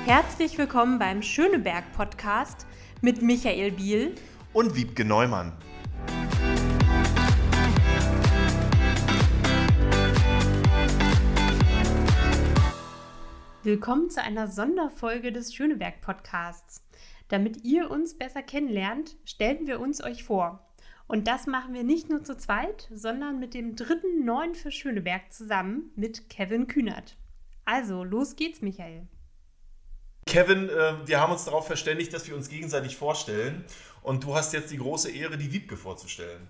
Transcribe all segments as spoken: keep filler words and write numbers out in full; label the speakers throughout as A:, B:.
A: Herzlich willkommen beim Schöneberg-Podcast mit Michael Biel
B: und Wiebke Neumann.
A: Willkommen zu einer Sonderfolge des Schöneberg-Podcasts. Damit ihr uns besser kennenlernt, stellen wir uns euch vor. Und das machen wir nicht nur zu zweit, sondern mit dem dritten Neuen für Schöneberg zusammen mit Kevin Kühnert. Also, los geht's, Michael.
B: Kevin, äh, wir haben uns darauf verständigt, dass wir uns gegenseitig vorstellen. Und du hast jetzt die große Ehre, die Wiebke vorzustellen.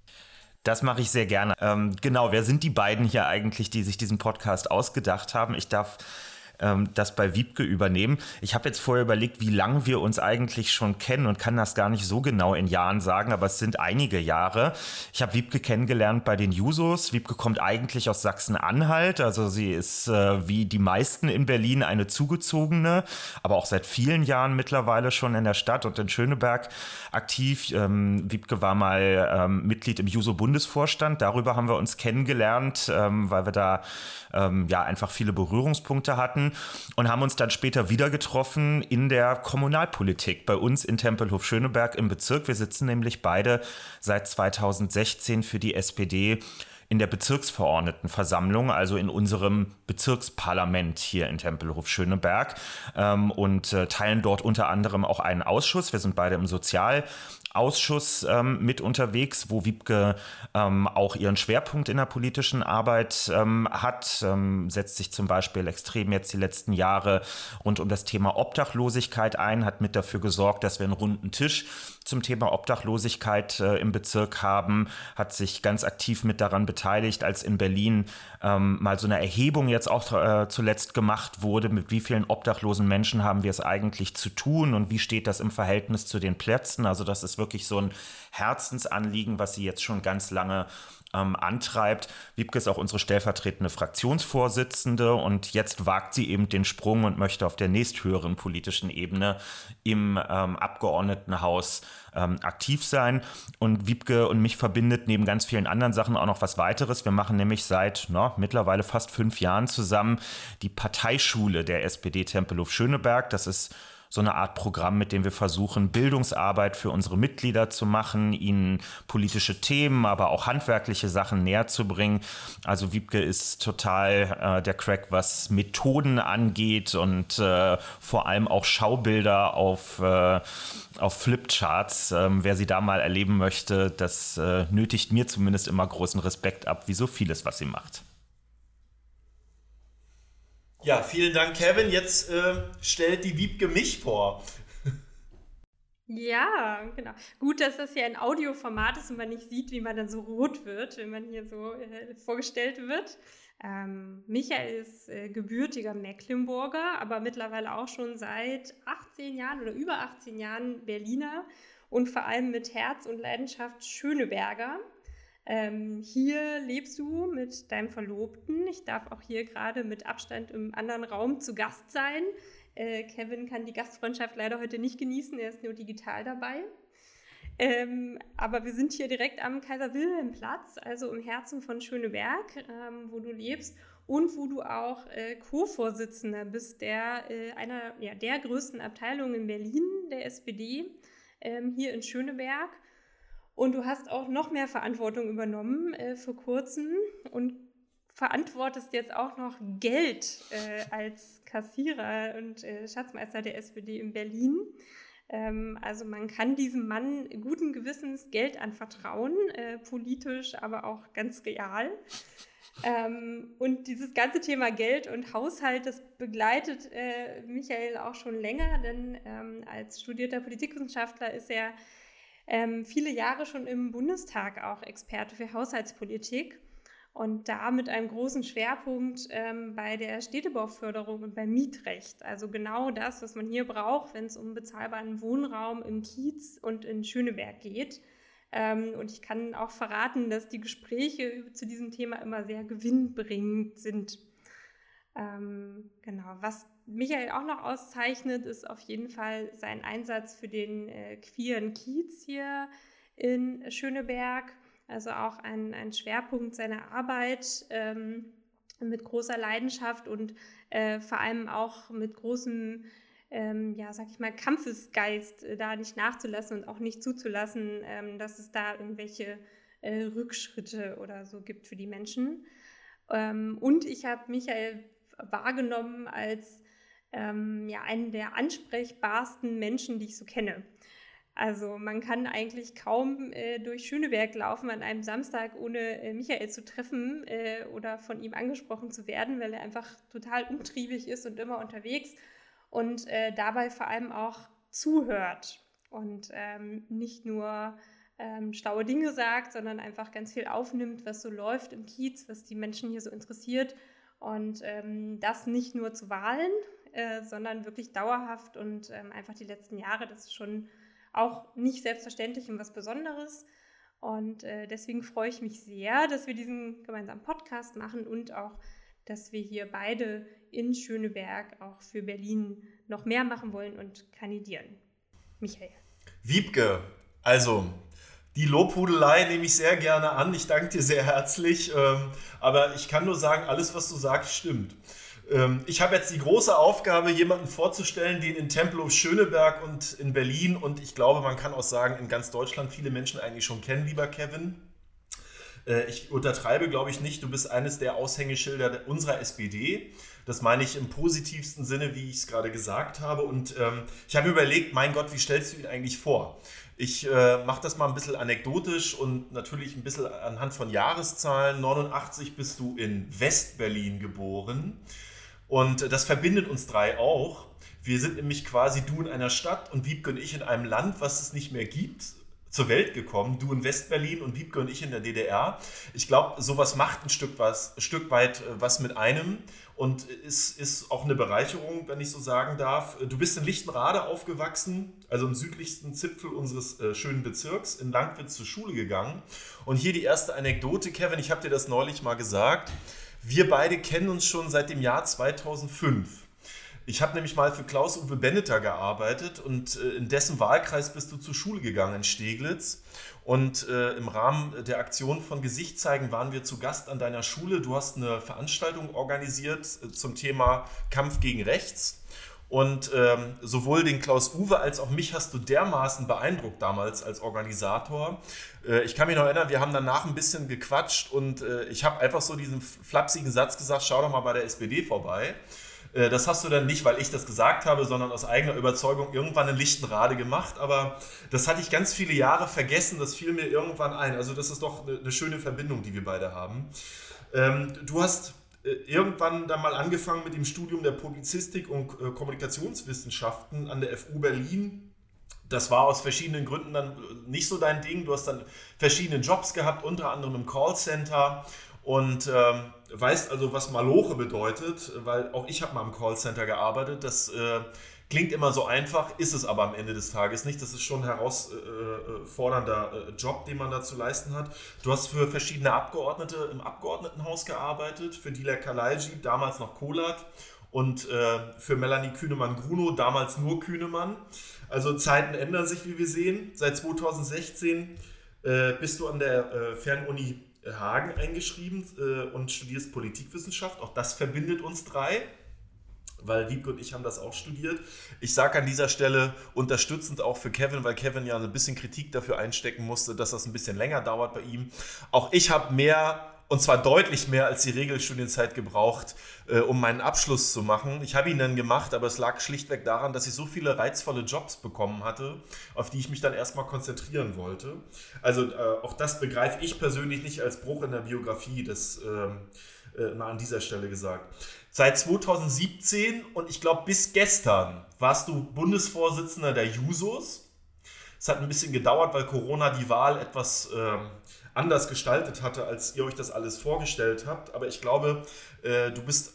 C: Das mache ich sehr gerne. Ähm, genau, wer sind die beiden hier eigentlich, die sich diesen Podcast ausgedacht haben? Ich darf ähm, das bei Wiebke übernehmen. Ich habe jetzt vorher überlegt, wie lange wir uns eigentlich schon kennen und kann das gar nicht so genau in Jahren sagen, aber es sind einige Jahre. Ich habe Wiebke kennengelernt bei den Jusos. Wiebke kommt eigentlich aus Sachsen-Anhalt, also sie ist äh, wie die meisten in Berlin eine Zugezogene, aber auch seit vielen Jahren mittlerweile schon in der Stadt und in Schöneberg aktiv. Ähm, Wiebke war mal ähm, Mitglied im Juso-Bundesvorstand. Darüber haben wir uns kennengelernt, ähm, weil wir da ähm, ja einfach viele Berührungspunkte hatten und haben uns dann später wieder getroffen in der Kommunalpolitik bei uns in Tempelhof-Schöneberg im Bezirk. Wir sitzen nämlich beide seit zweitausendsechzehn für die S P D in der Bezirksverordnetenversammlung, also in unserem Bezirksparlament hier in Tempelhof-Schöneberg ähm, und äh, teilen dort unter anderem auch einen Ausschuss. Wir sind beide im Sozialausschuss ähm, mit unterwegs, wo Wiebke ähm, auch ihren Schwerpunkt in der politischen Arbeit ähm, hat, ähm, setzt sich zum Beispiel extrem jetzt die letzten Jahre rund um das Thema Obdachlosigkeit ein, hat mit dafür gesorgt, dass wir einen runden Tisch zum Thema Obdachlosigkeit äh, im Bezirk haben, hat sich ganz aktiv mit daran beteiligt, als in Berlin ähm, mal so eine Erhebung jetzt auch äh, zuletzt gemacht wurde, mit wie vielen obdachlosen Menschen haben wir es eigentlich zu tun und wie steht das im Verhältnis zu den Plätzen. Also das ist wirklich so ein Herzensanliegen, was sie jetzt schon ganz lange ähm, antreibt. Wiebke ist auch unsere stellvertretende Fraktionsvorsitzende und jetzt wagt sie eben den Sprung und möchte auf der nächsthöheren politischen Ebene im ähm, Abgeordnetenhaus ähm, aktiv sein. Und Wiebke und mich verbindet neben ganz vielen anderen Sachen auch noch was weiteres. Wir machen nämlich seit na, mittlerweile fast fünf Jahren zusammen die Parteischule der S P D Tempelhof-Schöneberg. Das ist so eine Art Programm, mit dem wir versuchen, Bildungsarbeit für unsere Mitglieder zu machen, ihnen politische Themen, aber auch handwerkliche Sachen näher zu bringen. Also Wiebke ist total äh, der Crack, was Methoden angeht und äh, vor allem auch Schaubilder auf, äh, auf Flipcharts. Ähm, wer sie da mal erleben möchte, das äh, nötigt mir zumindest immer großen Respekt ab, wie so vieles, was sie macht.
B: Ja, vielen Dank, Kevin. Jetzt äh, stellt die Wiebke mich vor.
A: Ja, genau. Gut, dass das ja ein Audioformat ist und man nicht sieht, wie man dann so rot wird, wenn man hier so äh, vorgestellt wird. Ähm, Michael ist äh, gebürtiger Mecklenburger, aber mittlerweile auch schon seit achtzehn Jahren oder über achtzehn Jahren Berliner und vor allem mit Herz und Leidenschaft Schöneberger. Ähm, hier lebst du mit deinem Verlobten. Ich darf auch hier gerade mit Abstand im anderen Raum zu Gast sein. Äh, Kevin kann die Gastfreundschaft leider heute nicht genießen, er ist nur digital dabei. Ähm, aber wir sind hier direkt am Kaiser-Wilhelm-Platz, also im Herzen von Schöneberg, ähm, wo du lebst und wo du auch äh, Co-Vorsitzender bist der, äh, einer ja, der größten Abteilungen in Berlin, der S P D, ähm, hier in Schöneberg. Und du hast auch noch mehr Verantwortung übernommen äh, vor kurzem und verantwortest jetzt auch noch Geld äh, als Kassierer und äh, Schatzmeister der S P D in Berlin. Ähm, also man kann diesem Mann guten Gewissens Geld anvertrauen, äh, politisch, aber auch ganz real. Ähm, und dieses ganze Thema Geld und Haushalt, das begleitet äh, Michael auch schon länger, denn ähm, als studierter Politikwissenschaftler ist er Ähm, viele Jahre schon im Bundestag auch Experte für Haushaltspolitik und da mit einem großen Schwerpunkt ähm, bei der Städtebauförderung und beim Mietrecht. Also genau das, was man hier braucht, wenn es um bezahlbaren Wohnraum im Kiez und in Schöneberg geht. Ähm, und ich kann auch verraten, dass die Gespräche zu diesem Thema immer sehr gewinnbringend sind. Ähm, genau, was Michael auch noch auszeichnet, ist auf jeden Fall sein Einsatz für den äh, queeren Kiez hier in Schöneberg. Also auch ein, ein Schwerpunkt seiner Arbeit, ähm, mit großer Leidenschaft und äh, vor allem auch mit großem, ähm, ja, sag ich mal, Kampfesgeist, äh, da nicht nachzulassen und auch nicht zuzulassen, ähm, dass es da irgendwelche äh, Rückschritte oder so gibt für die Menschen. Ähm, und ich habe Michael wahrgenommen als ähm, ja, einen der ansprechbarsten Menschen, die ich so kenne. Also man kann eigentlich kaum äh, durch Schöneberg laufen an einem Samstag, ohne äh, Michael zu treffen äh, oder von ihm angesprochen zu werden, weil er einfach total umtriebig ist und immer unterwegs und äh, dabei vor allem auch zuhört und ähm, nicht nur ähm, schlaue Dinge sagt, sondern einfach ganz viel aufnimmt, was so läuft im Kiez, was die Menschen hier so interessiert und ähm, das nicht nur zu Wahlen, äh, sondern wirklich dauerhaft und ähm, einfach die letzten Jahre, das ist schon auch nicht selbstverständlich und was Besonderes. Und äh, deswegen freue ich mich sehr, dass wir diesen gemeinsamen Podcast machen und auch, dass wir hier beide in Schöneberg auch für Berlin noch mehr machen wollen und kandidieren. Michael.
B: Wiebke, also die Lobhudelei nehme ich sehr gerne an. Ich danke dir sehr herzlich. Ähm, aber ich kann nur sagen, alles, was du sagst, stimmt. Ich habe jetzt die große Aufgabe, jemanden vorzustellen, den in Tempelhof Schöneberg und in Berlin und ich glaube, man kann auch sagen, in ganz Deutschland viele Menschen eigentlich schon kennen, lieber Kevin. Ich untertreibe, glaube ich, nicht. Du bist eines der Aushängeschilder unserer S P D. Das meine ich im positivsten Sinne, wie ich es gerade gesagt habe. Und ähm, ich habe überlegt, mein Gott, wie stellst du ihn eigentlich vor? Ich äh, mache das mal ein bisschen anekdotisch und natürlich ein bisschen anhand von Jahreszahlen. neunundachtzig bist du in West-Berlin geboren. Und das verbindet uns drei auch. Wir sind nämlich quasi du in einer Stadt und Wiebke und ich in einem Land, was es nicht mehr gibt, zur Welt gekommen. Du in West-Berlin und Wiebke und ich in der D D R. Ich glaube, sowas macht ein Stück, was, ein Stück weit was mit einem und ist, ist auch eine Bereicherung, wenn ich so sagen darf. Du bist in Lichtenrade aufgewachsen, also im südlichsten Zipfel unseres äh, schönen Bezirks, in Langwitz zur Schule gegangen. Und hier die erste Anekdote, Kevin, ich habe dir das neulich mal gesagt. Wir beide kennen uns schon seit dem Jahr zweitausendfünf. Ich habe nämlich mal für Klaus-Uwe Benneter gearbeitet und äh, in dessen Wahlkreis bist du zur Schule gegangen in Steglitz. Und äh, im Rahmen der Aktion von Gesicht zeigen waren wir zu Gast an deiner Schule. Du hast eine Veranstaltung organisiert äh, zum Thema Kampf gegen Rechts. Und ähm, sowohl den Klaus-Uwe als auch mich hast du dermaßen beeindruckt damals als Organisator. Äh, ich kann mich noch erinnern, wir haben danach ein bisschen gequatscht und äh, ich habe einfach so diesen flapsigen Satz gesagt, schau doch mal bei der S P D vorbei. Äh, das hast du dann nicht, weil ich das gesagt habe, sondern aus eigener Überzeugung irgendwann in Lichtenrade gemacht. Aber das hatte ich ganz viele Jahre vergessen, das fiel mir irgendwann ein. Also das ist doch eine, eine schöne Verbindung, die wir beide haben. Ähm, du hast irgendwann dann mal angefangen mit dem Studium der Publizistik und äh, Kommunikationswissenschaften an der F U Berlin. Das war aus verschiedenen Gründen dann nicht so dein Ding. Du hast dann verschiedene Jobs gehabt, unter anderem im Callcenter und ähm, weißt also, was Maloche bedeutet, weil auch ich habe mal im Callcenter gearbeitet. Das äh, klingt immer so einfach, ist es aber am Ende des Tages nicht. Das ist schon ein herausfordernder äh, Job, den man da zu leisten hat. Du hast für verschiedene Abgeordnete im Abgeordnetenhaus gearbeitet, für Dilek Kalaiji, damals noch Kolat, und äh, für Melanie Kühnemann-Grunow, damals nur Kühnemann. Also Zeiten ändern sich, wie wir sehen. Seit zweitausendsechzehn äh, bist du an der äh, Fernuni Hagen eingeschrieben äh, und studierst Politikwissenschaft. Auch das verbindet uns drei, weil Wiebke und ich haben das auch studiert. Ich sage an dieser Stelle unterstützend auch für Kevin, weil Kevin ja ein bisschen Kritik dafür einstecken musste, dass das ein bisschen länger dauert bei ihm. Auch ich habe mehr, und zwar deutlich mehr als die Regelstudienzeit gebraucht, äh, um meinen Abschluss zu machen. Ich habe ihn dann gemacht, aber es lag schlichtweg daran, dass ich so viele reizvolle Jobs bekommen hatte, auf die ich mich dann erstmal konzentrieren wollte. Also äh, auch das begreife ich persönlich nicht als Bruch in der Biografie, das äh, äh, mal an dieser Stelle gesagt. Seit zweitausendsiebzehn und ich glaube bis gestern warst du Bundesvorsitzender der Jusos. Es hat ein bisschen gedauert, weil Corona die Wahl etwas äh, anders gestaltet hatte, als ihr euch das alles vorgestellt habt. Aber ich glaube, äh, du bist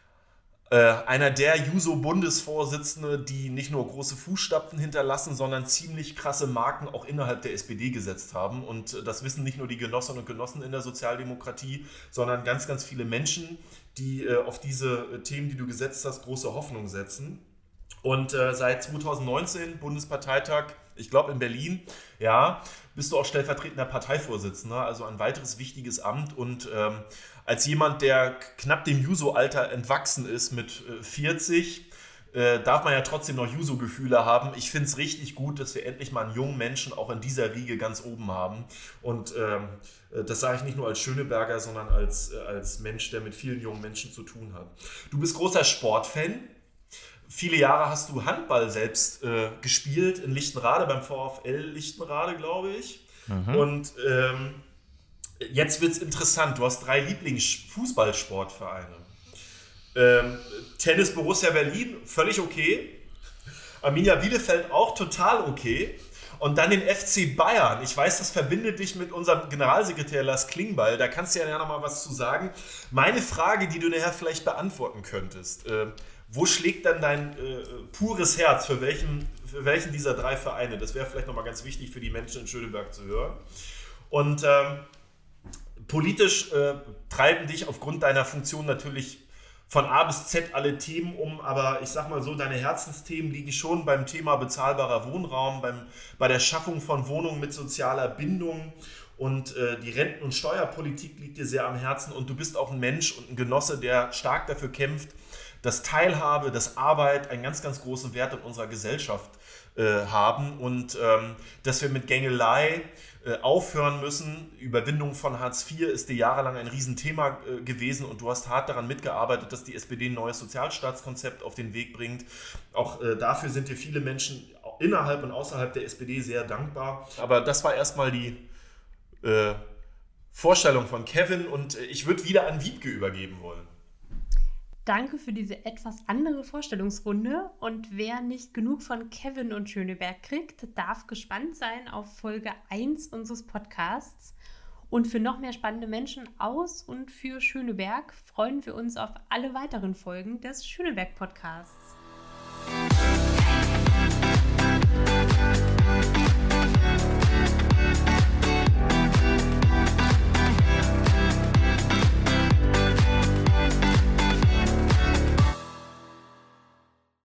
B: äh, einer der Juso-Bundesvorsitzende, die nicht nur große Fußstapfen hinterlassen, sondern ziemlich krasse Marken auch innerhalb der S P D gesetzt haben. Und das wissen nicht nur die Genossinnen und Genossen in der Sozialdemokratie, sondern ganz, ganz viele Menschen, die äh, auf diese äh, Themen, die du gesetzt hast, große Hoffnung setzen. Und äh, seit zweitausendneunzehn Bundesparteitag Ich glaube, in Berlin, ja, bist du auch stellvertretender Parteivorsitzender, also ein weiteres wichtiges Amt. Und ähm, als jemand, der knapp dem Juso-Alter entwachsen ist mit äh, vierzig, äh, darf man ja trotzdem noch Juso-Gefühle haben. Ich finde es richtig gut, dass wir endlich mal einen jungen Menschen auch in dieser Riege ganz oben haben. Und ähm, das sage ich nicht nur als Schöneberger, sondern als, äh, als Mensch, der mit vielen jungen Menschen zu tun hat. Du bist großer Sportfan. Viele Jahre hast du Handball selbst äh, gespielt in Lichtenrade, beim VfL Lichtenrade, glaube ich. Mhm. Und ähm, jetzt wird es interessant. Du hast drei Lieblingsfußballsportvereine. Ähm, Tennis Borussia Berlin, völlig okay. Arminia Bielefeld auch total okay. Und dann den F C Bayern. Ich weiß, das verbindet dich mit unserem Generalsekretär Lars Klingbeil. Da kannst du ja noch mal was zu sagen. Meine Frage, die du nachher vielleicht beantworten könntest. Äh, wo schlägt dann dein äh, pures Herz? Für welchen, für welchen dieser drei Vereine? Das wäre vielleicht noch mal ganz wichtig für die Menschen in Schöneberg zu hören. Und ähm, politisch äh, treiben dich aufgrund deiner Funktion natürlich von A bis Z alle Themen um, aber ich sag mal so, deine Herzensthemen liegen schon beim Thema bezahlbarer Wohnraum, beim, bei der Schaffung von Wohnungen mit sozialer Bindung, und äh, die Renten- und Steuerpolitik liegt dir sehr am Herzen, und du bist auch ein Mensch und ein Genosse, der stark dafür kämpft, dass Teilhabe, dass Arbeit einen ganz, ganz großen Wert in unserer Gesellschaft äh, haben, und ähm, dass wir mit Gängelei äh, aufhören müssen. Überwindung von Hartz vier ist dir jahrelang ein Riesenthema äh, gewesen, und du hast hart daran mitgearbeitet, dass die S P D ein neues Sozialstaatskonzept auf den Weg bringt. Auch äh, dafür sind dir viele Menschen innerhalb und außerhalb der S P D sehr dankbar. Aber das war erstmal die äh, Vorstellung von Kevin, und äh, ich würde wieder an Wiebke übergeben wollen.
A: Danke für diese etwas andere Vorstellungsrunde, und wer nicht genug von Kevin und Schöneberg kriegt, darf gespannt sein auf Folge eins unseres Podcasts. Und für noch mehr spannende Menschen aus und für Schöneberg freuen wir uns auf alle weiteren Folgen des Schöneberg-Podcasts.